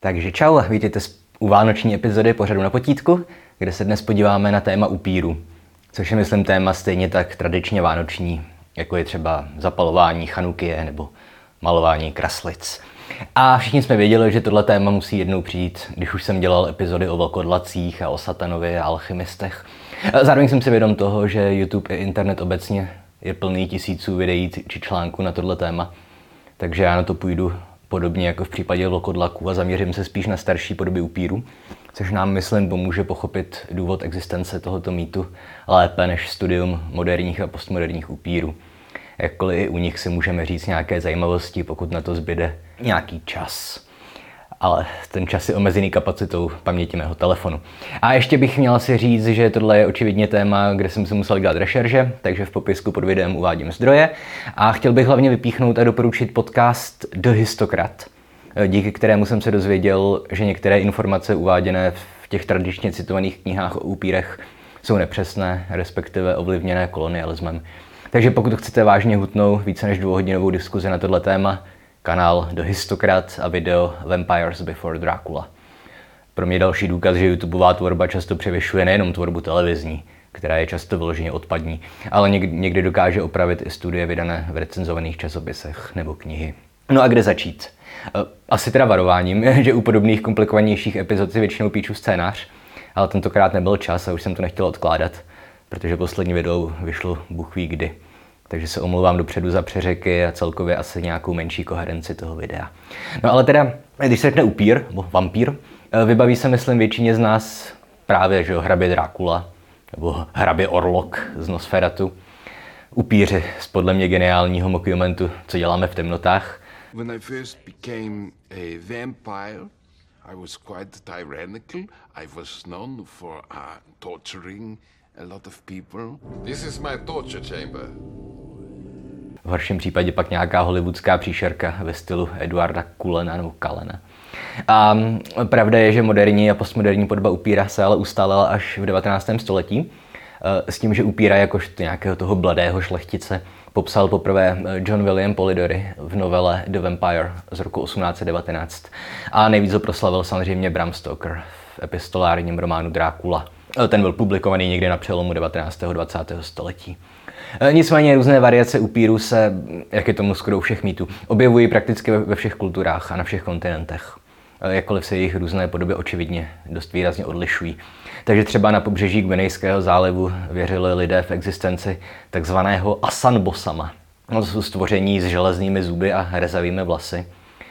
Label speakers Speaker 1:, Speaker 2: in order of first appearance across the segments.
Speaker 1: Takže čau, vítejte u vánoční epizody pořadu Na potítku, kde se dnes podíváme na téma upíru, což je, myslím, téma stejně tak tradičně vánoční, jako je třeba zapalování chanukie nebo malování kraslic. A všichni jsme věděli, že tohle téma musí jednou přijít, když už jsem dělal epizody o vlkodlacích a o satanově a alchymistech. Zároveň jsem si vědom toho, že YouTube i internet obecně je plný tisíců videí či článků na tohle téma, takže já na to půjdu podobně jako v případě vlkodlaků a zaměřím se spíš na starší podoby upíru, což nám, myslím, pomůže pochopit důvod existence tohoto mýtu lépe než studium moderních a postmoderních upírů. Jakkoliv i u nich si můžeme říct nějaké zajímavosti, pokud na to zbyde nějaký čas. Ale ten čas je omezený kapacitou paměti mého telefonu. A ještě bych měl si říct, že tohle je očividně téma, kde jsem si musel dělat rešerže, takže v popisku pod videem uvádím zdroje. A chtěl bych hlavně vypíchnout a doporučit podcast The Histokrat, díky kterému jsem se dozvěděl, že některé informace uváděné v těch tradičně citovaných knihách o upírech jsou nepřesné, respektive ovlivněné kolonialismem. Takže pokud chcete vážně hutnou více než 2hodinovou diskuzi na tohle téma, kanál The Histokrat a video Vampires Before Dracula. Pro mě další důkaz, že YouTubeová tvorba často převyšuje nejenom tvorbu televizní, která je často vyloženě odpadní, ale někdy dokáže opravit i studie vydané v recenzovaných časopisech nebo knihy. No a kde začít? Asi teda varováním, že u podobných komplikovanějších epizod si většinou píšu scénář, ale tentokrát nebyl čas a už jsem to nechtěl odkládat, protože poslední video vyšlo bůh ví kdy. Takže se omlouvám dopředu za přeřeky a celkově asi nějakou menší koherenci toho videa. No ale teda, když se řekne upír, nebo vampír, vybaví se, myslím, většině z nás právě, že hrabě Drákula, nebo hrabě Orlok z Nosferatu. Upíři z podle mě geniálního mockumentu Co děláme v temnotách.
Speaker 2: When I first became a vampire, I was quite tyrannical. I was known for torturing a lot of people. This is my torture chamber.
Speaker 1: V horším případě pak nějaká hollywoodská příšerka ve stylu Eduarda Culena nebo Kalena. A pravda je, že moderní a postmoderní podoba upíra se ale ustálela až v 19. století. S tím, že upíra jakožto nějakého toho bladého šlechtice popsal poprvé John William Polidori v novele The Vampire z roku 1819. A nejvíc ho proslavil samozřejmě Bram Stoker v epistolárním románu Drákula. Ten byl publikovaný někdy na přelomu 19. a 20. století. Nicméně různé variace upíru se, jak je tomu skoro u všech mýtů, objevují prakticky ve všech kulturách a na všech kontinentech. Jakkoliv se jejich různé podoby očividně dost výrazně odlišují. Takže třeba na pobřeží Gvinejského zálivu věřili lidé v existenci takzvaného Asan-bosama. To jsou stvoření s železnými zuby a rezavými vlasy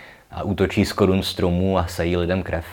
Speaker 1: a útočí z korun stromů a sejí lidem krev.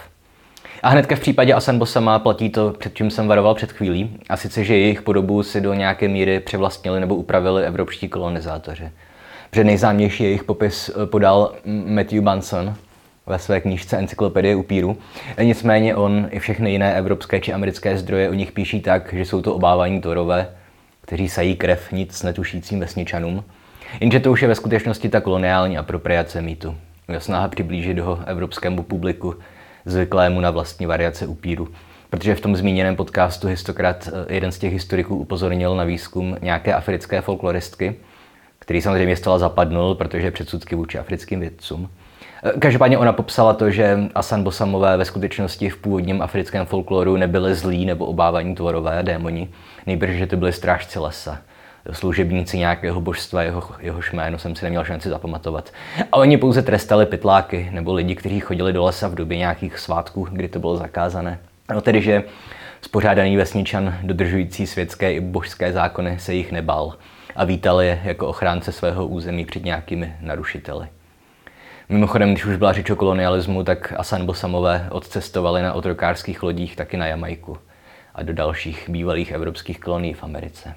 Speaker 1: A hnedka v případě Asan-bosama platí to, před čím jsem varoval před chvílí, a sice, že jejich podobu si do nějaké míry převlastnili nebo upravili evropští kolonizátoři. Protože nejznámější jejich popis podal Matthew Bunson ve své knížce Encyklopedie upíru. Nicméně on i všechny jiné evropské či americké zdroje o nich píší tak, že jsou to obávaní Thorové, kteří sají krev nic netušícím vesničanům. Jenže to už je ve skutečnosti ta koloniální apropriace mýtu. Snaha přiblížit ho evropskému publiku zvyklému na vlastní variace upíru. Protože v tom zmíněném podcastu Histokrat jeden z těch historiků upozornil na výzkum nějaké africké folkloristky, který samozřejmě zcela zapadnul, protože předsudky vůči africkým vědcům. Každopádně ona popsala to, že Asan-bosamové ve skutečnosti v původním africkém folkloru nebyli zlí nebo obávaní tvorové, démoni, nejbrž, že to byli strážci lesa, služebníci nějakého božstva, jehož jméno jsem si neměl šanci zapamatovat. A oni pouze trestali pytláky nebo lidi, kteří chodili do lesa v době nějakých svátků, kdy to bylo zakázané. No tedy, že spořádaný vesničan dodržující světské i božské zákony se jich nebál a vítal je jako ochránce svého území před nějakými narušiteli. Mimochodem, když už byla řeč o kolonialismu, tak Asan-bosamové odcestovali na otrokářských lodích taky na Jamajku a do dalších bývalých evropských kolonií v Americe.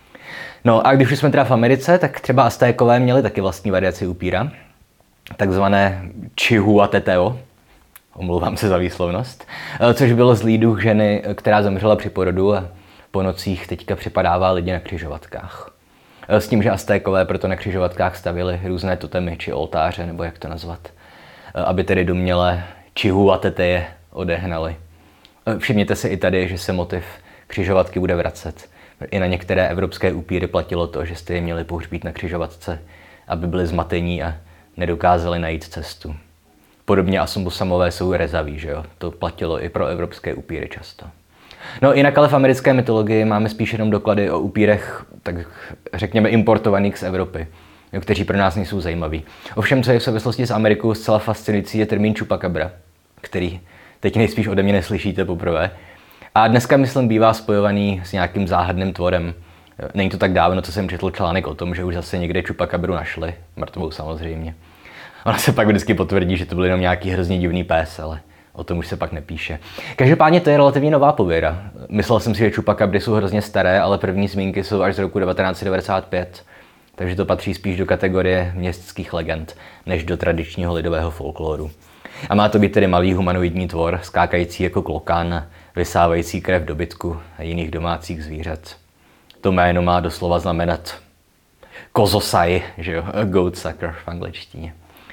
Speaker 1: No a když už jsme teda v Americe, tak třeba Aztékové měli taky vlastní variaci upíra, takzvané Chihuateteo, omlouvám se za výslovnost, což bylo zlý duch ženy, která zemřela při porodu a po nocích teďka připadává lidi na křižovatkách. S tím, že Aztékové proto na křižovatkách stavili různé totemy či oltáře, nebo jak to nazvat, aby tedy domnělé Chihuateteje odehnali. Všimněte si i tady, že se motiv křižovatky bude vracet. I na některé evropské upíry platilo to, že jste je měli pohřbít na křižovatce, aby byli zmatení a nedokázali najít cestu. Podobně Asumbusamové jsou rezaví, že jo? To platilo i pro evropské upíry často. No jinak ale v americké mytologii máme spíš jenom doklady o upírech, tak řekněme importovaných z Evropy, kteří pro nás nejsou zajímaví. Ovšem, co je v souvislosti s Amerikou zcela fascinující, je termín chupacabra, který teď nejspíš ode mě neslyšíte poprvé. A dneska, myslím, bývá spojovaný s nějakým záhadným tvorem. Není to tak dávno, co jsem četl článek o tom, že už zase někde chupacabru našli, mrtvou samozřejmě. Ona se pak vždycky potvrdí, že to byl jenom nějaký hrozně divný pes, ale o tom už se pak nepíše. Každopádně to je relativně nová pověra. Myslel jsem si, že chupacabry jsou hrozně staré, ale první zmínky jsou až z roku 1995. Takže to patří spíš do kategorie městských legend, než do tradičního lidového folkloru. A má to být tedy malý humanoidní tvor, skákající jako klokan, vysávající krev dobytku a jiných domácích zvířat. To jméno má doslova znamenat kozosai, že jo, a goat sucker v angličtině.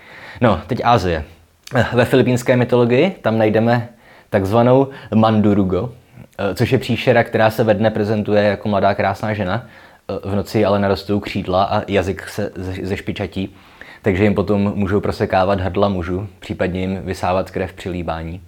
Speaker 1: No, teď Asie. Ve filipínské mytologii tam najdeme takzvanou Mandurugo, což je příšera, která se ve dne prezentuje jako mladá krásná žena, v noci ale narostou křídla a jazyk se zešpičatí, takže jim potom můžou prosekávat hrdla mužů, případně jim vysávat krev při líbání.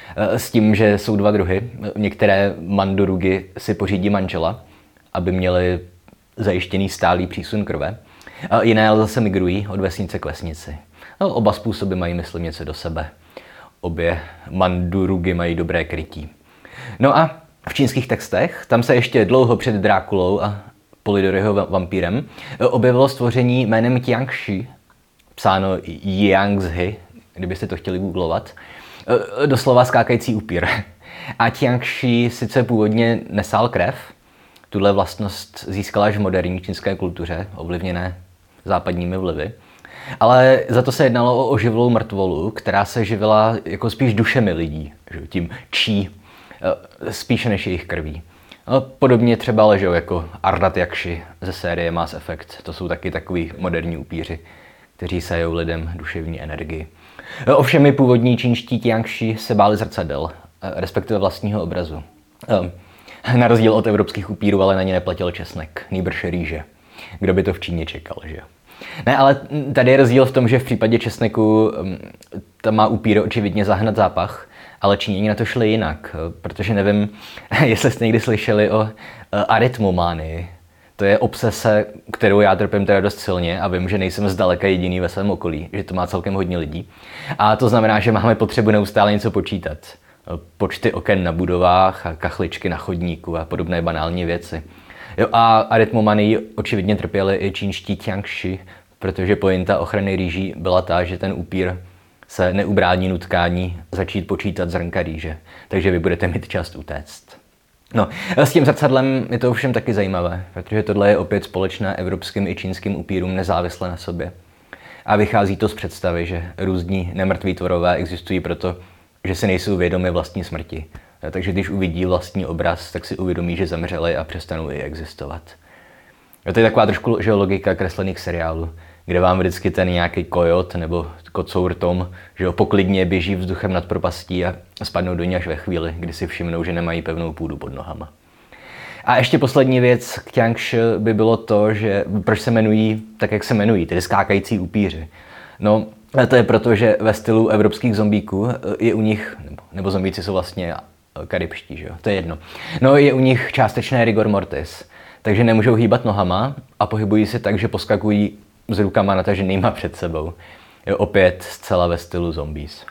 Speaker 1: S tím, že jsou dva druhy. Některé mandurugy si pořídí manžela, aby měli zajištěný stálý přísun krve. A jiné ale zase migrují od vesnice k vesnici. No, oba způsoby mají, myslím, něco do sebe. Obě mandurugy mají dobré krytí. No a v čínských textech, tam se ještě dlouho před Drákulou a Polidoryho vampírem objevilo stvoření jménem Tiangshi, psáno Jiangshi, kdybyste to chtěli googlovat, doslova skákající upír. A Tiangshi sice původně nesál krev, tuhle vlastnost získala až v moderní čínské kultuře, ovlivněné západními vlivy, ale za to se jednalo o oživlou mrtvolu, která se živila jako spíš dušemi lidí, tím čí, spíše než jejich krví. Podobně třeba ležou jako Ardat Jakši ze série Mass Effect. To jsou taky takový moderní upíři, kteří sajou lidem duševní energii. Ovšem i původní čínští Tiangši se báli zrcadel, respektive vlastního obrazu. Na rozdíl od evropských upírů ale na ně neplatil česnek, nýbrž rýže. Kdo by to v Číně čekal, že jo? Ne, ale tady je rozdíl v tom, že v případě česneku tam má upír očividně zahnat zápach, ale Číňani na to šli jinak, protože nevím, jestli jste někdy slyšeli o arytmománii. To je obsese, kterou já trpím teda dost silně a vím, že nejsem zdaleka jediný ve svém okolí, že to má celkem hodně lidí. A to znamená, že máme potřebu neustále něco počítat. Počty oken na budovách a kachličky na chodníku a podobné banální věci. Jo, a arytmomanii očividně trpěli i čínští Tiangši, protože pointa ochrany rýží byla ta, že ten upír se neubrání nutkání začít počítat zrnka rýže, takže vy budete mít čas utéct. No, s tím zrcadlem je to ovšem taky zajímavé, protože tohle je opět společné evropským i čínským upírům nezávisle na sobě. A vychází to z představy, že různí nemrtví tvorové existují proto, že si nejsou vědomi vlastní smrti. Takže když uvidí vlastní obraz, tak si uvědomí, že zemřeli a přestanou i existovat. To je taková trošku logika kreslených seriálů, kde vám vždycky ten nějaký kojot nebo kocour Tom, že jo, poklidně běží vzduchem nad propastí a spadnou do ní až ve chvíli, kdy si všimnou, že nemají pevnou půdu pod nohama. A ještě poslední věc k Tiangši by bylo to, že proč se jmenují tak, jak se jmenují, tedy skákající upíři. No, to je proto, že ve stylu evropských zombíků je u nich, nebo zombíci jsou vlastně karibští, že jo, to je jedno. No, je u nich částečné rigor mortis, takže nemůžou hýbat nohama a pohybují se tak, že poskakují s rukama nataženýma před sebou. Jo, opět zcela ve stylu zombies.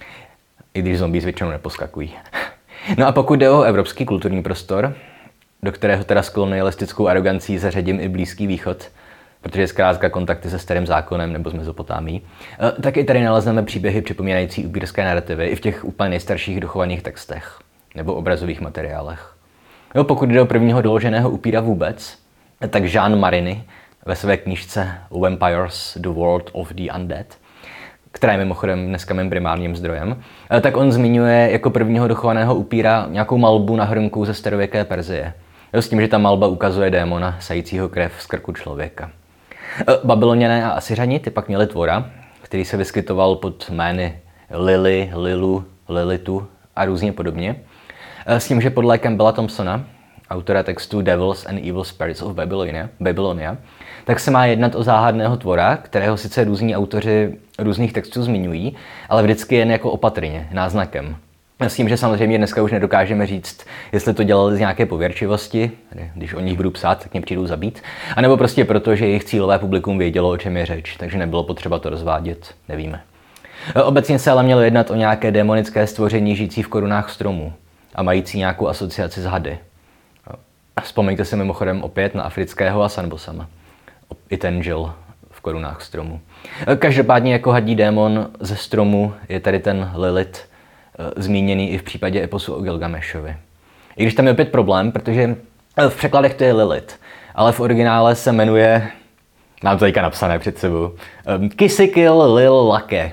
Speaker 1: I když zombies většinou neposkakují. No a pokud jde o evropský kulturní prostor, do kterého teda s kolonialistickou arogancí zařadím i Blízký východ, protože je zkrátka kontakty se Starým zákonem nebo s Mezopotámií, tak i tady nalezneme příběhy připomínající upírské narrativy i v těch úplně nejstarších dochovaných textech nebo obrazových materiálech. Jo, pokud jde o prvního doloženého upíra vůbec, tak Jean Mariny ve své knížce Vampires, The World of the Undead, která je mimochodem dneska mým primárním zdrojem, tak on zmiňuje jako prvního dochovaného upíra nějakou malbu na hrnku ze starověké Perzie. Jo, s tím, že ta malba ukazuje démona sajícího krev z krku člověka. Babyloniané a Asyřani ty pak měli tvora, který se vyskytoval pod jmény Lily, Lilu, Lilitu a různě podobně. S tím, že podle Campbella Thompsona, autora textu Devils and Evil Spirits of Babylonia, tak se má jednat o záhadného tvora, kterého sice různí autoři různých textů zmiňují, ale vždycky jen jako opatrně, náznakem. S tím, že samozřejmě dneska už nedokážeme říct, jestli to dělali z nějaké pověrčivosti, když o nich budu psát, tak mě přijdou zabít, anebo prostě proto, že jejich cílové publikum vědělo, o čem je řeč, takže nebylo potřeba to rozvádět, nevíme. Obecně se ale mělo jednat o nějaké démonické stvoření žijící v korunách stromů a mající nějakou asociaci s hady. Vzpomeňte si mimochodem opět na afrického Asanbosama. I ten žil v korunách stromů. Každopádně jako hadí démon ze stromu je tady ten Lilith, zmíněný i v případě eposu o Gilgamešovi. I když tam je opět problém, protože v překladech to je Lilith, ale v originále se jmenuje, mám to teďka napsané před sebou, Kisikil Lil Lake.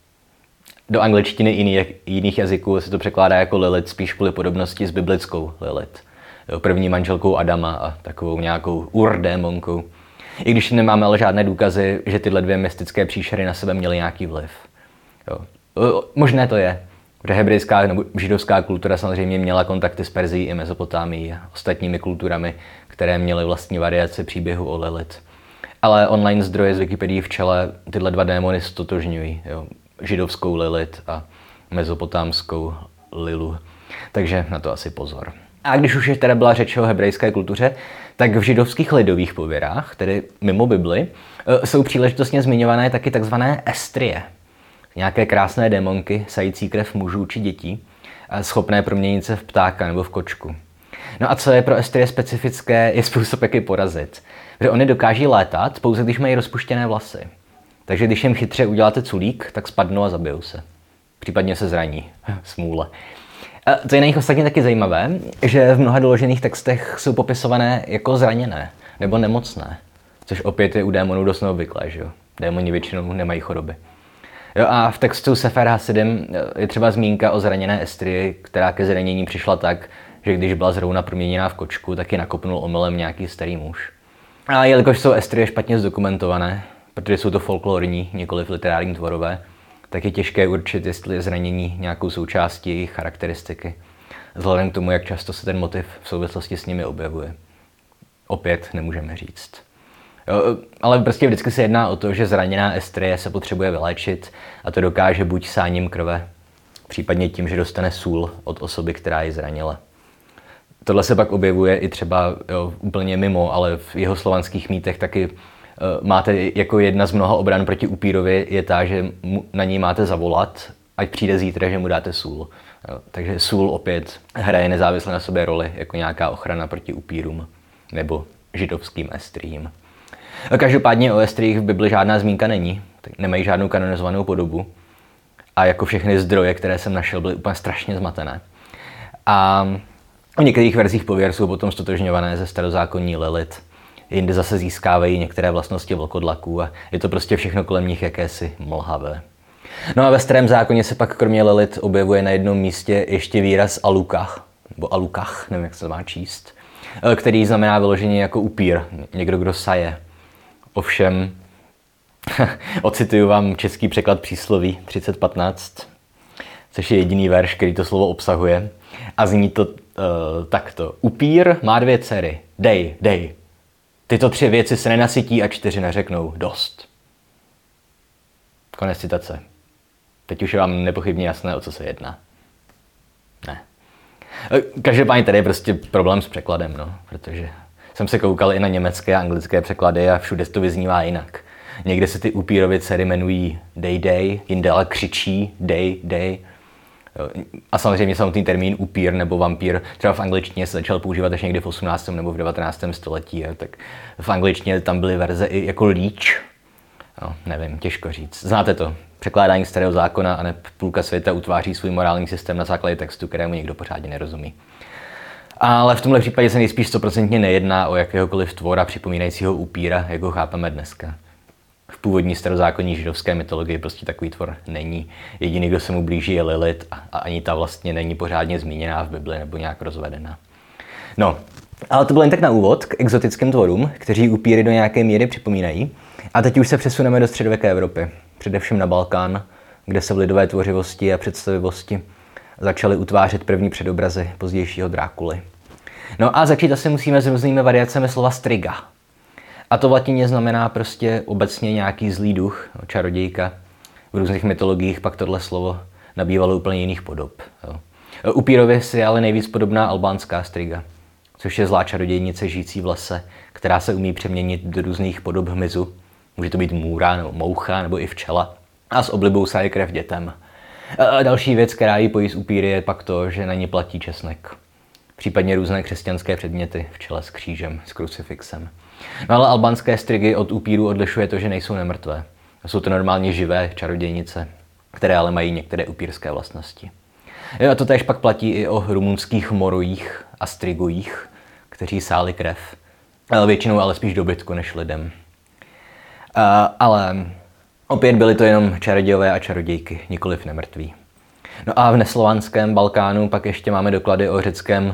Speaker 1: Do angličtiny i jiných jazyků se to překládá jako Lilith spíš kvůli podobnosti s biblickou Lilith. První manželkou Adama a takovou nějakou urdémonkou. I když nemáme ale žádné důkazy, že tyhle dvě mystické příšery na sebe měly nějaký vliv. Jo. Možné to je, že hebrejská nebo židovská kultura samozřejmě měla kontakty s Perzií i Mezopotámií a ostatními kulturami, které měly vlastní variace příběhu o Lilith. Ale online zdroje z Wikipedii v čele tyhle dva démony stotožňují. Jo. Židovskou Lilith a mezopotámskou Lilu. Takže na to asi pozor. A když už teda byla řeč o hebrejské kultuře, tak v židovských lidových pověrách, tedy mimo Bibli, jsou příležitostně zmiňované taky takzvané estrie. Nějaké krásné démonky, sající krev mužů či dětí, schopné proměnit se v ptáka nebo v kočku. No a co je pro estrie specifické, je způsob, jak je porazit. Protože oni dokáží létat, pouze když mají rozpuštěné vlasy. Takže když jim chytře uděláte culík, tak spadnou a zabijou se. Případně se zraní. Smůle. Co je na nich ostatně taky zajímavé, že v mnoha doložených textech jsou popisované jako zraněné nebo nemocné. Což opět je u démonů dost neobvyklé, že jo? Démoni většinou nemají choroby. Jo, a v textu Sefer Hasidim je třeba zmínka o zraněné Estrii, která ke zranění přišla tak, že když byla zrovna proměněná v kočku, tak ji nakopnul omylem nějaký starý muž. A jelikož jsou Estrie špatně zdokumentované, protože jsou to folklorní, nikoliv literární tvorové, tak je těžké určit, jestli je zranění nějakou součástí jejich charakteristiky, vzhledem k tomu, jak často se ten motiv v souvislosti s nimi objevuje. Opět nemůžeme říct. Jo, ale prostě vždycky se jedná o to, že zraněná estrie se potřebuje vyléčit a to dokáže buď sáním krve, případně tím, že dostane sůl od osoby, která ji zranila. Tohle se pak objevuje i třeba úplně mimo, ale v jihoslovanských mýtech taky máte jako jedna z mnoha obran proti upírovi je ta, že na něj máte zavolat, ať přijde zítra, že mu dáte sůl. Jo, takže sůl opět hraje nezávisle na sobě roli jako nějaká ochrana proti upírům nebo židovským estriím. Každopádně o estriích v Bibli žádná zmínka není, tak nemají žádnou kanonizovanou podobu a jako všechny zdroje, které jsem našel, byly úplně strašně zmatené. A v některých verzích pověr jsou potom stotožňované ze starozákonní Lilith, jinde zase získávají některé vlastnosti vlkodlaků a je to prostě všechno kolem nich jakési mlhavé. No a ve Starém zákoně se pak kromě Lilith objevuje na jednom místě ještě výraz Alukach, nebo Alukach, nevím, jak se to má číst, který znamená vyloženě jako upír, někdo, kdo saje. Ovšem, ocituju vám český překlad přísloví 3015, což je jediný verš, který to slovo obsahuje. A zní to takto. Upír má 2 dcery. Dej. Tyto 3 věci se nenasytí a 4 neřeknou dost. Konec citace. Teď už je vám nepochybně jasné, o co se jedná. Ne. Každopádně tady je prostě problém s překladem, no, protože jsem se koukal i na německé a anglické překlady a všude to vyznívá jinak. Někde se ty upírovy dcery jmenují Day, jinde ale křičí Day. A samozřejmě samotný termín upír nebo vampír třeba v angličtině se začal používat až někdy v 18. nebo v 19. století. Tak v angličtině tam byly verze i jako leech. No, nevím, těžko říct. Znáte to. Překládání Starého zákona a neb půlka světa utváří svůj morální systém na základě textu, kterému nikdo pořádně nerozumí. Ale v tomhle případě se nejspíš 100% nejedná o jakéhokoliv tvora připomínajícího upíra, jak ho chápeme dneska. V původní starozákonní židovské mytologii prostě takový tvor není. Jediný, kdo se mu blíží, je Lilith a ani ta vlastně není pořádně zmíněná v Bibli nebo nějak rozvedená. No, ale to bylo jen tak na úvod k exotickým tvorům, kteří upíry do nějaké míry připomínají. A teď už se přesuneme do středověké Evropy, především na Balkán, kde se v lidové tvořivosti a představivosti začaly utvářet první předobrazy pozdějšího Drákuly. No a začít asi musíme s různými variacemi slova striga. A to v latině znamená prostě obecně nějaký zlý duch, čarodějka. V různých mytologiích pak tohle slovo nabývalo úplně jiných podob. Jo. Upírovi si ale nejvíc podobná albánská striga, což je zlá čarodějnice žijící v lese, která se umí přeměnit do různých podob hmyzu. Může to být můra, nebo moucha, nebo i včela. A s oblibou saje krev dětem. A další věc, která ji pojí z upíry, je pak to, že na ní platí česnek. Případně různé křesťanské předměty v čele s křížem, s krucifixem. No ale albánské strigy od upírů odlišuje to, že nejsou nemrtvé. Jsou to normálně živé čarodějnice, které ale mají některé upírské vlastnosti. Jo, a to též pak platí i o rumunských morojích a strigojích, kteří sáli krev. Ale většinou ale spíš dobytku než lidem. Ale opět byly to jenom čarodějové a čarodějky, nikoliv nemrtví. No a v neslovanském Balkánu pak ještě máme doklady o řeckém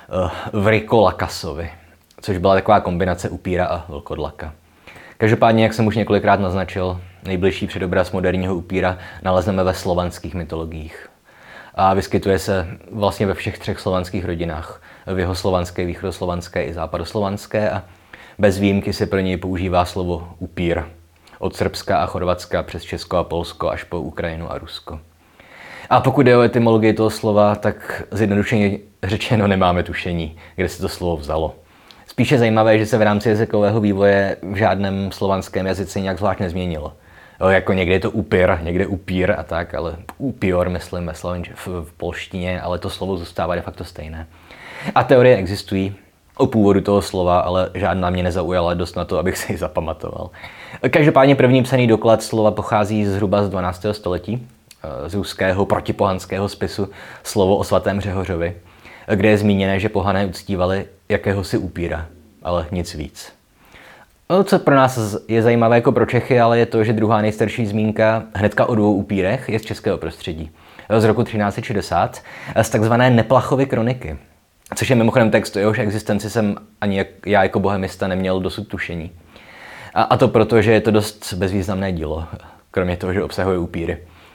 Speaker 1: Vrikolakasovi, což byla taková kombinace upíra a vlkodlaka. Každopádně, jak jsem už několikrát naznačil, nejbližší předobraz moderního upíra nalezneme ve slovanských mytologiích. A vyskytuje se vlastně ve všech 3 slovanských rodinách. V jihoslovanské, východoslovanské i západoslovanské a bez výjimky se pro něj používá slovo upír. Od Srbska a Chorvatska přes Česko a Polsko až po Ukrajinu a Rusko. A pokud jde o etymologii toho slova, tak zjednodušeně řečeno nemáme tušení, kde se to slovo vzalo. Spíše zajímavé je, že se v rámci jazykového vývoje v žádném slovanském jazyce nějak zvlášť nezměnilo. Jako někde je to upír, někde upír a tak, ale upior, myslím, v polštině, ale to slovo zůstává de facto stejné. A teorie existují o původu toho slova, ale žádná mě nezaujala dost na to, abych si ji zapamatoval. Každopádně první psaný doklad slova pochází zhruba z 12. století, z ruského protipohanského spisu Slovo o svatém Řehořovi, kde je zmíněné, že pohané uctívali jakéhosi upíra, ale nic víc. No, co pro nás je zajímavé jako pro Čechy, ale je to, že druhá nejstarší zmínka hnedka o 2 upírech je z českého prostředí. Z roku 1360 z takzvané Neplachovy kroniky, což je mimochodem text, o jehož existenci jsem ani já jako bohemista neměl dosud tušení. A to proto, že je to dost bezvýznamné dílo, kromě toho, že obsahuje upíry.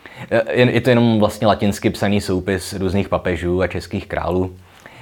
Speaker 1: Je to jenom vlastně latinsky psaný soupis různých papežů a českých králů.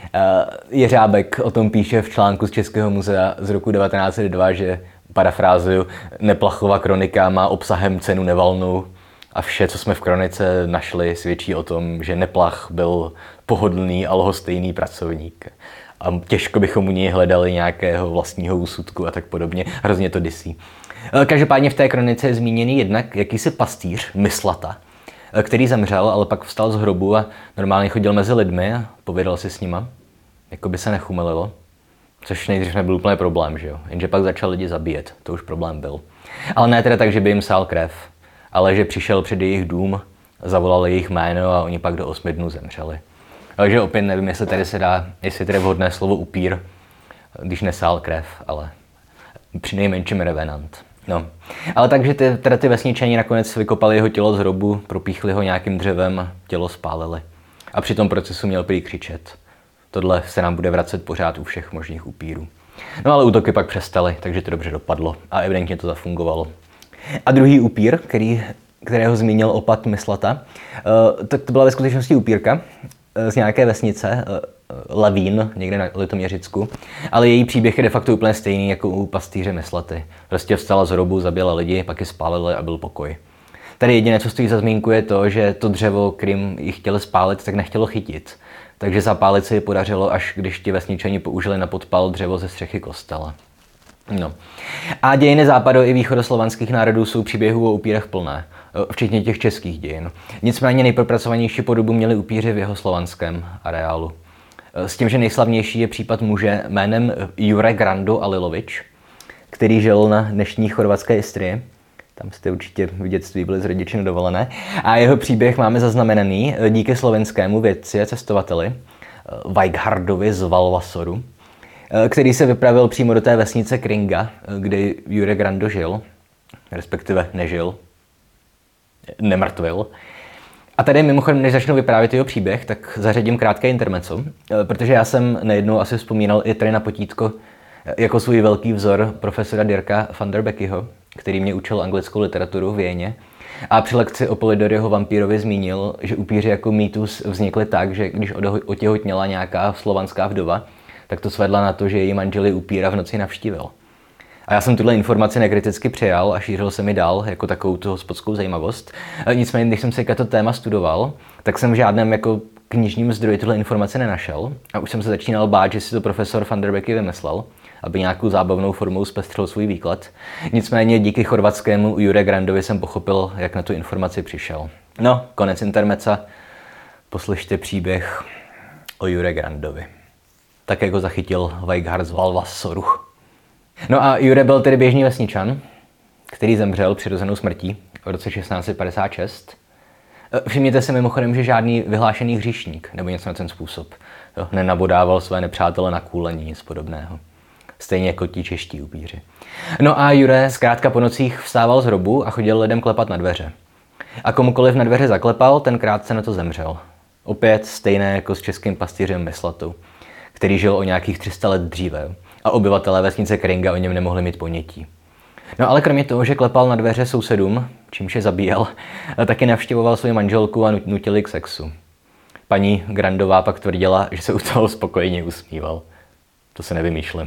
Speaker 1: Jeřábek o tom píše v článku z Českého muzea z roku 1902, že, parafrázuju, Neplachova kronika má obsahem cenu nevalnou a vše, co jsme v kronice našli, svědčí o tom, že Neplach byl pohodlný a lhostejný pracovník. A těžko bychom u něj hledali nějakého vlastního úsudku a tak podobně. Hrozně to disí. Každopádně v té kronice je zmíněný jednak jakýsi pastýř, Myslata, který zemřel, ale pak vstal z hrobu a normálně chodil mezi lidmi a povídal si s nima. Jako by se nechumelilo. Což nejdřív nebyl úplně problém, že jo? Jenže pak začal lidi zabíjet, to už problém byl. Ale ne teda tak, že by jim sál krev, ale že přišel před jejich dům, zavolal jejich jméno a oni pak do 8 dnů zemřeli. Takže opět nevím, jestli tady se dá, jestli tady je vhodné slovo upír, když nesál krev, ale přinejmenším revenant. No. Ale takže ty vesničani nakonec vykopali jeho tělo z hrobu, propíchli ho nějakým dřevem a tělo spálili. A při tom procesu měl prý křičet. Tohle se nám bude vracet pořád u všech možných upírů. No ale útoky pak přestaly, takže to dobře dopadlo a evidentně to zafungovalo. A druhý upír, kterého zmínil opat Myslata, tak to byla ve skutečnosti upírka z nějaké vesnice, Lavín, někde na Litoměřicku, ale její příběh je de facto úplně stejný jako u pastýře Myslaty. Prostě vstala z hrobu, zabila lidi, pak je spálili a byl pokoj. Tady jediné, co stojí za zmínku, je to, že to dřevo, kterým ji chtěli spálit, tak nechtělo chytit. Takže zapálit se ji podařilo, až když ti vesničani použili na podpal dřevo ze střechy kostela. No. A dějiny západo i východoslovanských národů jsou příběhů o upírech plné, včetně těch českých dějin. Nicméně nejpropracovanější podobu měli upíři v jihoslovanském areálu. S tím, že nejslavnější je případ muže jménem Jure Grando Alilovič, který žil na dnešní chorvatské Istrii. Tam jste určitě v dětství byli s rodiči na dovolené. A jeho příběh máme zaznamenaný díky slovenskému vědci a cestovateli Vajghardovi z Valvasoru, který se vypravil přímo do té vesnice Kringa, kde Jure Grando žil, respektive nežil, nemrtvil. A tady mimochodem, než začnu vyprávět jeho příběh, tak zařadím krátké intermezzo, protože já jsem nejednou asi vzpomínal i tady na potítko jako svůj velký vzor profesora Dirka van der Beckyho, který mě učil anglickou literaturu v Věně. A při lekci o Polidorioho vampírovi zmínil, že upíři jako mýtus vznikly tak, že když otěhotněla nějaká slovanská vdova, tak to svedla na to, že její manžel upíra v noci navštívil. A já jsem tuhle informaci nekriticky přijal a šířil jsem ji dál jako takovou tu hospodskou zajímavost. Nicméně, když jsem si to téma studoval, tak jsem v žádném jako knižním zdroji tuhle informaci nenašel a už jsem se začínal bát, že si to profesor Van der Becky vymyslel, aby nějakou zábavnou formou zpestřil svůj výklad. Nicméně díky chorvatskému Jure Grandovi jsem pochopil, jak na tu informaci přišel. No, konec intermeca. Poslyšte příběh o Jure Grandovi. Tak jako zachytil Veigar z Valvasoru. No a Jure byl tedy běžný vesničan, který zemřel přirozenou smrtí v roce 1656. Všimněte si mimochodem, že žádný vyhlášený hříšník nebo něco na ten způsob nenabodával své nepřátele na kůlení, nic podobného. Stejně jako ti čeští upíři. No a Jure zkrátka po nocích vstával z hrobu a chodil lidem klepat na dveře. A komukoliv na dveře zaklepal, ten krátce na to zemřel. Opět stejné jako s českým pastýřem Myslatu, který žil o nějakých 300 let dříve a obyvatelé vesnice Kringa o něm nemohli mít ponětí. No ale kromě toho, že klepal na dveře sousedům, čímž je zabíjel, taky navštěvoval svou manželku a nutil k sexu. Paní Grandová pak tvrdila, že se u toho spokojeně usmíval. To se nevymýšlím.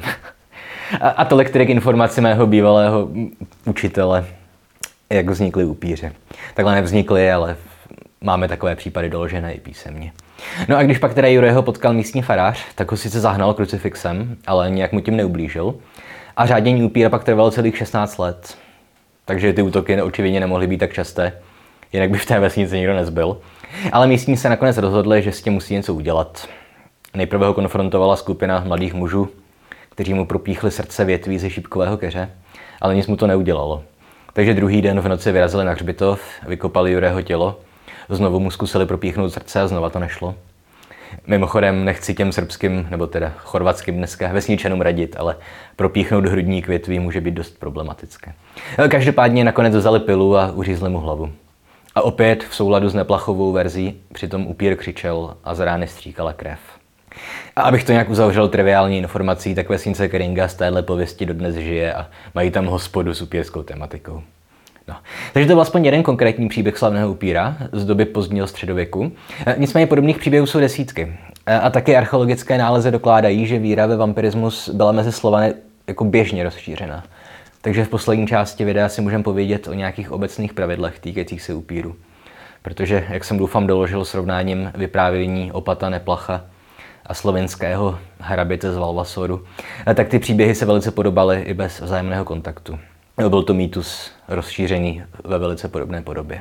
Speaker 1: A tolik tedy k informaci mého bývalého učitele, jak vznikly upíři. Takhle nevznikly, ale máme takové případy doložené i písemně. No a když pak teda Jureho potkal místní farář, tak ho sice zahnal krucifixem, ale nějak mu tím neublížil. A řádění upíra pak trvalo celých 16 let. Takže ty útoky očividně nemohly být tak časté, jinak by v té vesnici nikdo nezbyl. Ale místní se nakonec rozhodli, že s tím musí něco udělat. Nejprve ho konfrontovala skupina mladých mužů, kteří mu propíchli srdce větví ze šípkového keře, ale nic mu to neudělalo. Takže druhý den v noci vyrazili na hřbitov, vykopali Jureho tělo, znovu mu zkusili propíchnout srdce a znova to nešlo. Mimochodem nechci těm srbským, nebo teda chorvatským dneska vesničanům radit, ale propíchnout hrudník větví může být dost problematické. Každopádně nakonec vzali pilu a uřízli mu hlavu. A opět v souladu s Neplachovou verzí přitom upír křičel a z rány stříkala krev. A abych to nějak uzavřel triviální informací, tak vesnice Kringa z téhle pověsti dodnes žije a mají tam hospodu s upírskou tematikou. No. Takže to byl aspoň jeden konkrétní příběh slavného upíra z doby pozdního středověku. Nicméně podobných příběhů jsou desítky. A taky archeologické nálezy dokládají, že víra ve vampirismus byla mezi Slovany jako běžně rozšířena. Takže v poslední části videa si můžeme povědět o nějakých obecných pravidlech týkajících se upíru. Protože, jak jsem doufám doložil srovnáním vyprávění Opata Neplacha a slovinského hraběte z Valvasoru, tak ty příběhy se velice podobaly i bez vzájemného kontaktu. Byl to mýtus rozšířený ve velice podobné podobě.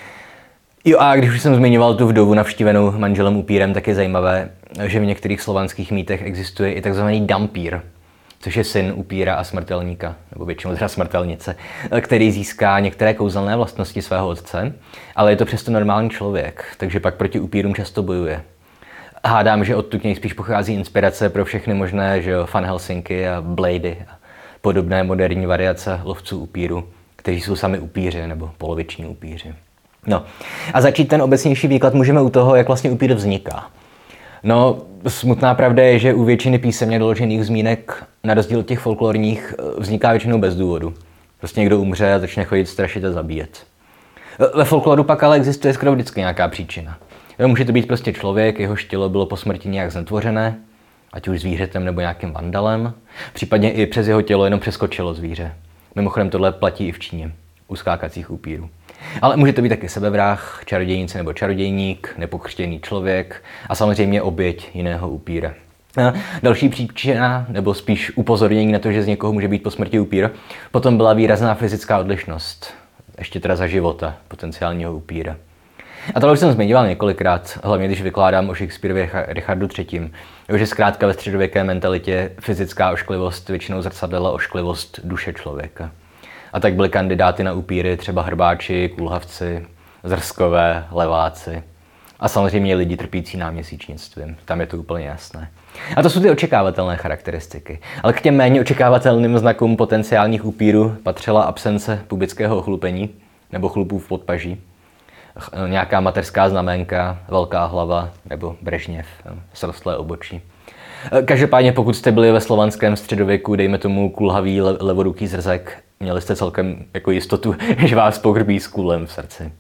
Speaker 1: Jo a když už jsem zmiňoval tu vdovu navštívenou manželem upírem, tak je zajímavé, že v některých slovanských mýtech existuje i takzvaný dampír, což je syn upíra a smrtelníka, nebo většinou teda smrtelnice, který získá některé kouzelné vlastnosti svého otce, ale je to přesto normální člověk, takže pak proti upírům často bojuje. Hádám, že odtud nejspíš pochází inspirace pro všechny možné, že jo, Van Helsinky a Blady a podobné moderní variace lovců upíru, kteří jsou sami upíři nebo poloviční upíři. No a začít ten obecnější výklad můžeme u toho, jak vlastně upír vzniká. No, smutná pravda je, že u většiny písemně doložených zmínek, na rozdíl od těch folklorních, vzniká většinou bez důvodu. Prostě někdo umře a začne chodit strašit a zabíjet. Ve folkloru pak ale existuje skoro vždycky nějaká příčina. Může to být prostě člověk, jehož tělo bylo po smrti nějak znetvořené, ať už zvířetem nebo nějakým vandalem. Případně i přes jeho tělo jenom přeskočilo zvíře. Mimochodem tohle platí i v Číně, u skákacích upírů. Ale může to být taky sebevrah, čarodějnice nebo čarodějník, nepokřtěný člověk a samozřejmě oběť jiného upíra. A další příčina, nebo spíš upozornění na to, že z někoho může být po smrti upír, potom byla výrazná fyzická odlišnost, ještě teda za života potenciálního upíra. A tohle už jsem zmiňoval několikrát, hlavně když vykládám o Shakespearově Richardu III., že zkrátka ve středověké mentalitě fyzická ošklivost většinou zrcadlila ošklivost duše člověka. A tak byly kandidáty na upíry třeba hrbáči, kulhavci, zrskové, leváci a samozřejmě lidi trpící náměsíčnictvím. Tam je to úplně jasné. A to jsou ty očekávatelné charakteristiky. Ale k těm méně očekávatelným znakům potenciálních upírů patřila absence pubického ochlupení nebo chlupů v podpaží, nějaká mateřská znamenka, velká hlava nebo brežněv, srostlé obočí. Každopádně pokud jste byli ve slovanském středověku, dejme tomu kulhavý levoruký zrzek, měli jste celkem jako jistotu, že vás pohrbí s kůlem v srdci.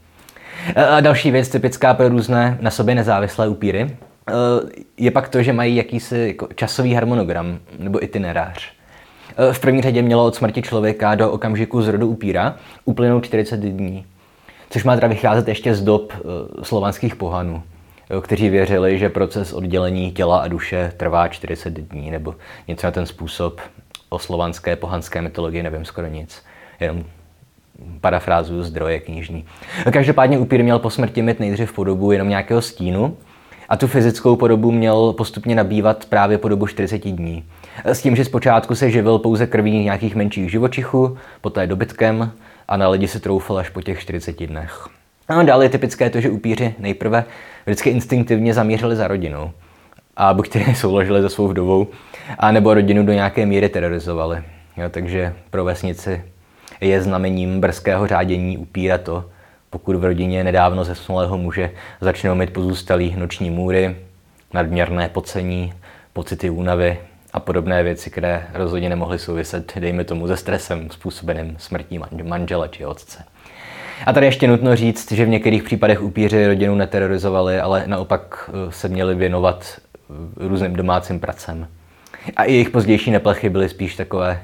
Speaker 1: A další věc typická pro různé na sobě nezávislé upíry je pak to, že mají jakýsi jako časový harmonogram nebo itinerář. V první řadě mělo od smrti člověka do okamžiku zrodu upíra uplynout 40 dní. Což má teda vycházet ještě z dob slovanských pohanů, kteří věřili, že proces oddělení těla a duše trvá 40 dní, nebo něco na ten způsob. O slovanské pohanské mytologii nevím skoro nic, jenom parafrázuju zdroje knižní. Každopádně upír měl po smrti mít nejdřív podobu jenom nějakého stínu a tu fyzickou podobu měl postupně nabývat právě po dobu 40 dní. S tím, že zpočátku se živil pouze krví nějakých menších živočichů, poté dobytkem a na lidi se troufal až po těch 40 dnech. A dále je typické to, že upíři nejprve vždycky instinktivně zamířili za rodinou. A buď tedy souložili se svou vdovou, anebo rodinu do nějaké míry terorizovali. Jo, takže pro vesnici je znamením brzkého řádění upíra to, pokud v rodině nedávno zesnulého muže začnou mít pozůstalý noční můry, nadměrné pocení, pocity únavy a podobné věci, které rozhodně nemohly souviset, dejme tomu, se stresem způsobeným smrtí manžela či otce. A tady ještě nutno říct, že v některých případech upíři rodinu neterorizovali, ale naopak se měli věnovat různým domácím pracem. A i jejich pozdější neplechy byly spíš takové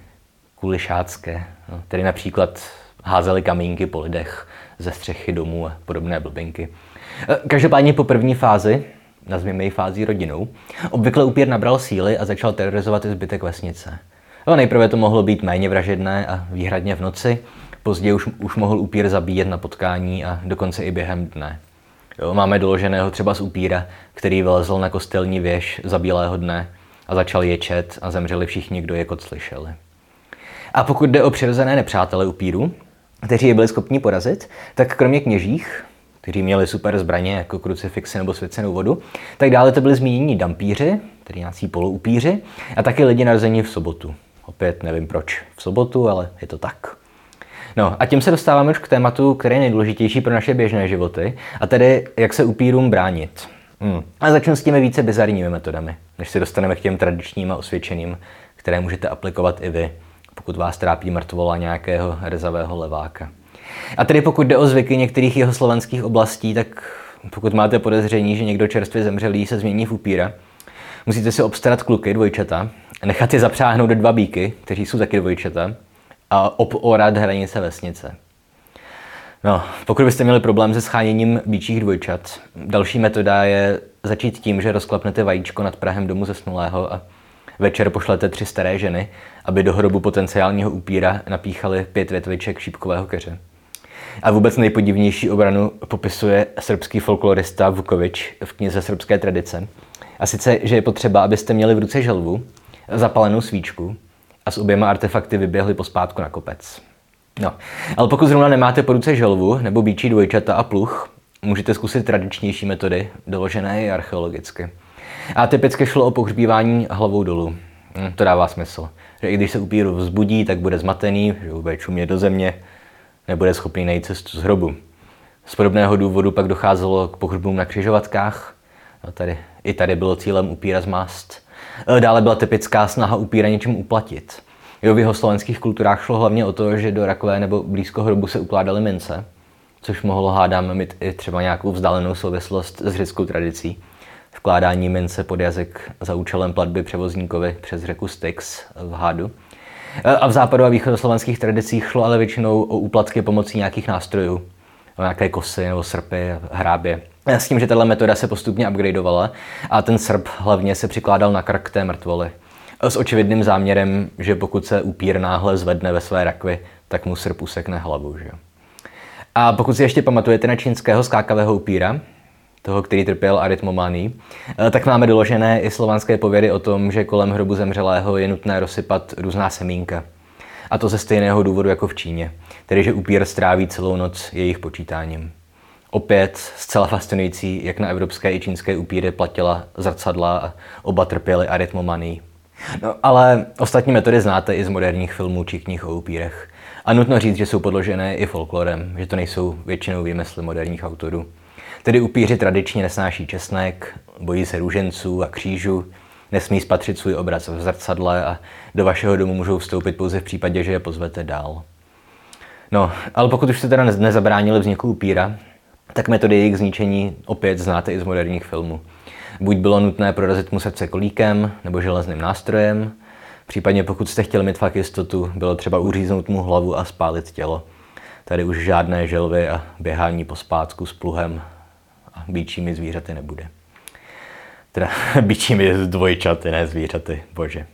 Speaker 1: kulišácké. Tedy například házeli kamínky po lidech ze střechy domů a podobné blbinky. Každopádně po první fázi, nazvěme ji fází rodinou, obvykle upír nabral síly a začal terorizovat i zbytek vesnice. Nejprve to mohlo být méně vražedné a výhradně v noci, později už mohl upír zabíjet na potkání a dokonce i během dne. Máme doloženého třeba z upíra, který vylezl na kostelní věž za bílého dne a začal ječet a zemřeli všichni, kdo je kot slyšeli. A pokud jde o přirozené nepřátele upíru, kteří je byli schopni porazit, tak kromě kněžích, kteří měli super zbraně jako krucifixy nebo svěcenou vodu, tak dále to byli zmínění dampíři, tedy nějací poloupíři, a taky lidi narození v sobotu. Opět nevím proč v sobotu, ale je to tak. No a tím se dostáváme už k tématu, který je nejdůležitější pro naše běžné životy, a tedy jak se upírům bránit. A začnu s těmi více bizarními metodami, než se dostaneme k těm tradičním a osvědčeným, které můžete aplikovat i vy, pokud vás trápí mrtvola nějakého rezavého leváka. A tedy pokud jde o zvyky některých jihoslovanských oblastí, tak pokud máte podezření, že někdo čerstvě zemřelý se změní v upíra, musíte si obstarat kluky, dvojčata, nechat je zapřáhnout do 2 býky, kteří jsou taky dvojčata, a orat hranice vesnice. No, pokud byste měli problém se scháněním býčích dvojčat, další metoda je začít tím, že rozklapnete vajíčko nad prahem domu zesnulého a večer pošlete 3 staré ženy, aby do hrobu potenciálního upíra napíchali 5 větviček šípkového keře. A vůbec nejpodivnější obranu popisuje srbský folklorista Vukovič v knize Srbské tradice. A sice, že je potřeba, abyste měli v ruce želvu, zapalenou svíčku a s oběma artefakty vyběhli pospátku na kopec. No, ale pokud zrovna nemáte po ruce želvu nebo býčí dvojčata a pluh, můžete zkusit tradičnější metody, doložené i archeologicky. A typicky šlo o pohřbívání hlavou dolů. To dává smysl. Že i když se upír vzbudí, tak bude zmatený, že bude čumět do země, nebude schopný najít cestu z hrobu. Z podobného důvodu pak docházelo k pohřbům na křižovatkách. Tady bylo cílem upíra zmást. Dále byla typická snaha upíra něčím uplatit. V jihoslovenských kulturách šlo hlavně o to, že do rakve nebo blízko hrobu se ukládaly mince, což mohlo, hádám, mít i třeba nějakou vzdálenou souvislost s řeckou tradicí. Vkládání mince pod jazyk za účelem platby převozníkovi přes řeku Styx v Hádu. A v západu a východoslovanských tradicích šlo ale většinou o úplatky pomocí nějakých nástrojů, o nějaké kosy nebo srpy, hrábě. S tím, že tato metoda se postupně upgradeovala a ten srp hlavně se přikládal na krk té mrtvoly. S očividným záměrem, že pokud se upír náhle zvedne ve své rakvi, tak mu srp usekne hlavu. Že? A pokud si ještě pamatujete na čínského skákavého upíra, toho, který trpěl arytmomanií, tak máme doložené i slovanské pověry o tom, že kolem hrobu zemřelého je nutné rozsypat různá semínka. A to ze stejného důvodu jako v Číně, tedy že upír stráví celou noc jejich počítáním. Opět zcela fascinující, jak na evropské i čínské upíry platila zrcadla a oba trpěli arytmomanií. No, ale ostatní metody znáte i z moderních filmů či knih o upírech. A nutno říct, že jsou podložené i folklorem, že to nejsou většinou výmysly moderních autorů. Tedy upíři tradičně nesnáší česnek, bojí se růženců a křížů, nesmí spatřit svůj obraz v zrcadle a do vašeho domu můžou vstoupit pouze v případě, že je pozvete dál. No, ale pokud už jste teda nezabránili vzniku upíra, tak metody jejich zničení opět znáte i z moderních filmů. Buď bylo nutné prorazit mu srdce kolíkem nebo železným nástrojem, Případně pokud jste chtěli mít fakt jistotu, bylo třeba uříznout mu hlavu a spálit tělo. Tady už žádné želvy a běhání po spátku s pluhem a býčími zvířaty nebude. Teda býčími dvojčaty, ne zvířaty, bože.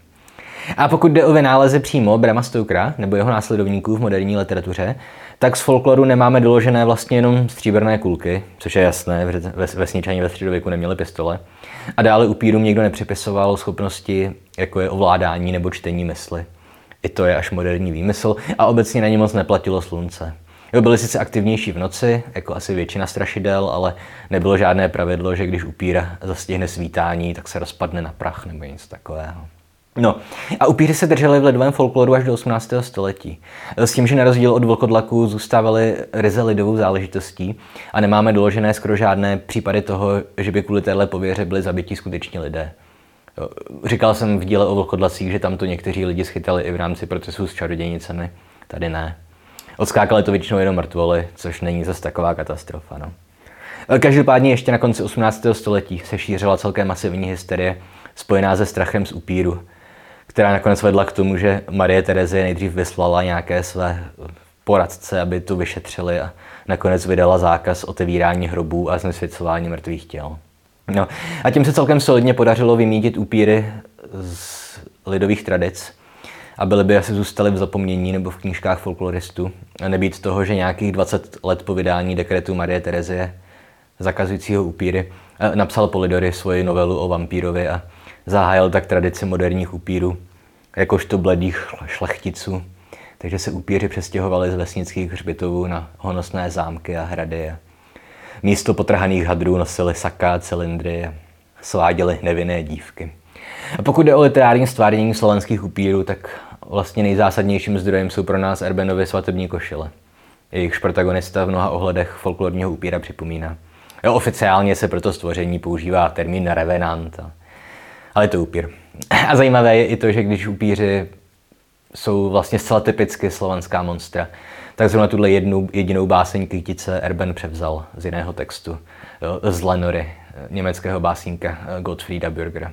Speaker 1: A pokud jde o vynálezy přímo Brama Stokera nebo jeho následovníků v moderní literatuře, tak z folkloru nemáme doložené vlastně jenom stříbrné kulky, což je jasné, vesničani ve středověku neměli pistole. A dále upírům nikdo nepřipisoval schopnosti, jako je ovládání nebo čtení mysli. I to je až moderní výmysl a obecně na ně moc neplatilo slunce. Jo, byli sice aktivnější v noci, jako asi většina strašidel, ale nebylo žádné pravidlo, že když upíra zastihne svítání, tak se rozpadne na prach nebo něco takového. No a upíři se drželi v lidovém folkloru až do 18. století. S tím, že na rozdíl od vlkodlaků zůstávali ryze lidovou záležitostí a nemáme doložené skoro žádné případy toho, že by kvůli téhle pověře byli zabiti skuteční lidé. Říkal jsem v díle o vlkodlacích, že tam to někteří lidi schytali i v rámci procesu s čarodějnicemi. Tady ne. Odskákali to většinou jenom mrtvoly, což není zas taková katastrofa. No. Každopádně ještě na konci 18. století se šířila celkem masivní hysterie spojená se strachem z upíru, která nakonec vedla k tomu, že Marie Terezie nejdřív vyslala nějaké své poradce, aby to vyšetřili a nakonec vydala zákaz otevírání hrobů a znesvěcování mrtvých těl. No, a tím se celkem solidně podařilo vymýtit upíry z lidových tradic a byly by asi zůstaly v zapomnění nebo v knížkách folkloristů a nebýt toho, že nějakých 20 let po vydání dekretu Marie Terezie zakazujícího upíry napsal Polidory svoji novelu o vampírovi a zahájil tak tradici moderních upírů, jakožto bledých šlechticů. Takže se upíři přestěhovali z vesnických hřbitovů na honosné zámky a hrady. Místo potrhaných hadrů nosili saka a cylindry a sváděli nevinné dívky. A pokud jde o literární stvárnění slovenských upírů, tak vlastně nejzásadnějším zdrojem jsou pro nás Erbenovy svatební košile. Jejichž protagonista v mnoha ohledech folklorního upíra připomíná. Jo, oficiálně se pro to stvoření používá termín revenant, ale je to upír. A zajímavé je i to, že když upíři jsou vlastně zcela typicky slovanská monstra, tak zrovna tuhle jedinou báseň Kytice Erben převzal z jiného textu, z Lenory, německého básníka Gottfrieda Bürgera.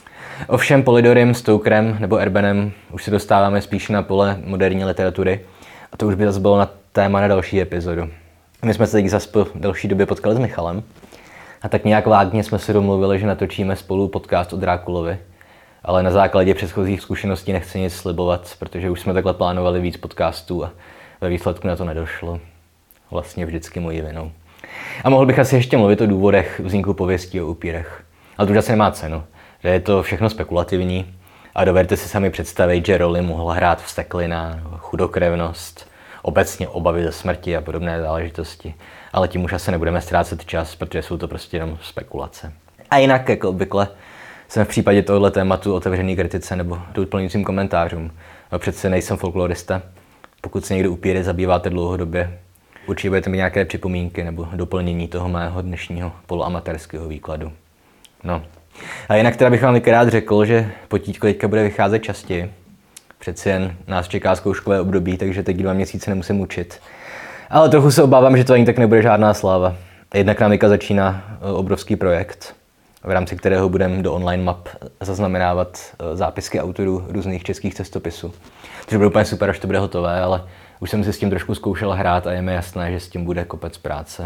Speaker 1: Ovšem Polidorem, Stokerem nebo Erbenem už se dostáváme spíš na pole moderní literatury a to už by zase bylo na téma na další epizodu. My jsme se teď zase po delší době potkali s Michalem a tak nějak vágně jsme si domluvili, že natočíme spolu podcast o Drákulovi, ale na základě předchozích zkušeností nechci nic slibovat, protože už jsme takhle plánovali víc podcastů a ve výsledku na to nedošlo. Vlastně vždycky mojí vinou. A mohl bych asi ještě mluvit o důvodech vzniku pověstí o upírech. Ale to už asi nemá cenu, že je to všechno spekulativní a dovedete si sami představit, že roli mohla hrát vsteklina, chudokrevnost, obecně obavy ze smrti a podobné záležitosti. Ale tím už asi nebudeme ztrácet čas, protože jsou to prostě jenom spekulace. A jinak, jako obvykle, jsem v případě tohoto tématu otevřený kritice nebo doplňujícím komentářům. No přece nejsem folklorista. Pokud se někdo upíry zabýváte dlouhodobě, určitě budete mít nějaké připomínky nebo doplnění toho mého dnešního poloamatérského výkladu. No. A jinak teda bych vám rád řekl, že potítko teďka bude vycházet častěji. Přeci jen nás čeká zkouškové období, takže teď 2 měsíce nemusím učit. Ale trochu se obávám, že to ani tak nebude žádná sláva. Jednak nám začíná obrovský projekt, v rámci kterého budeme do online map zaznamenávat zápisky autorů různých českých cestopisů. Což bude úplně super, až to bude hotové, ale už jsem si s tím trošku zkoušel hrát a je mi jasné, že s tím bude kopec práce.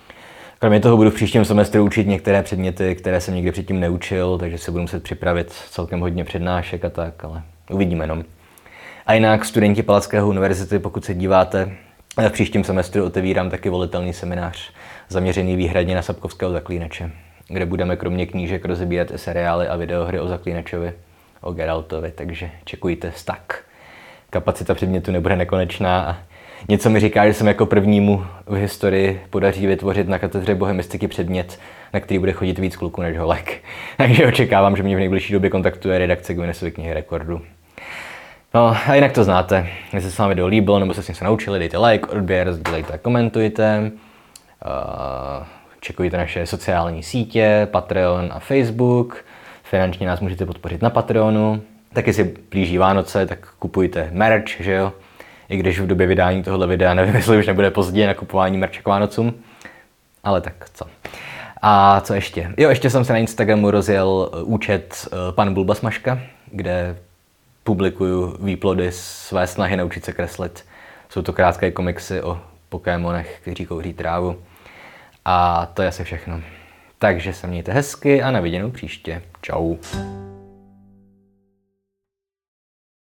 Speaker 1: Kromě toho budu v příštím semestru učit některé předměty, které jsem nikdy předtím neučil, takže se budu muset připravit celkem hodně přednášek a tak, ale uvidíme jenom. A jinak studenti Palackého univerzity, pokud se díváte, v příštím semestru otevírám taky volitelný seminář zaměřený výhradně na Sapkovského zaklínače, kde budeme kromě knížek rozebírat i seriály a videohry o zaklínačovi, o Geraltovi, takže čekujte stak. Kapacita předmětu nebude nekonečná a něco mi říká, že se jako prvnímu v historii podaří vytvořit na katedře bohemistiky předmět, na který bude chodit víc kluků než holek. Takže očekávám, že mě v nejbližší době kontaktuje redakce Guinnessovy knihy rekordů. No a jinak to znáte. Jestli se vám video líbilo nebo se s ním se naučili, dejte like, odběr, sdílejte a komentujte. Čekujte naše sociální sítě, Patreon a Facebook. Finančně nás můžete podpořit na Patreonu. Taky si blíží Vánoce, tak kupujte merch, že jo? I když v době vydání tohoto videa nevím, jestli už nebude později na kupování merče k Vánocům. Ale tak co. A co ještě? Jo, ještě jsem se na Instagramu rozjel účet pan Bulbasmaška, kde publikuju výplody své snahy naučit se kreslit. Jsou to krátké komiksy o Pokémonech, kteří kouří trávu. A to je asi všechno. Takže se mějte hezky a na viděnou příště. Čau.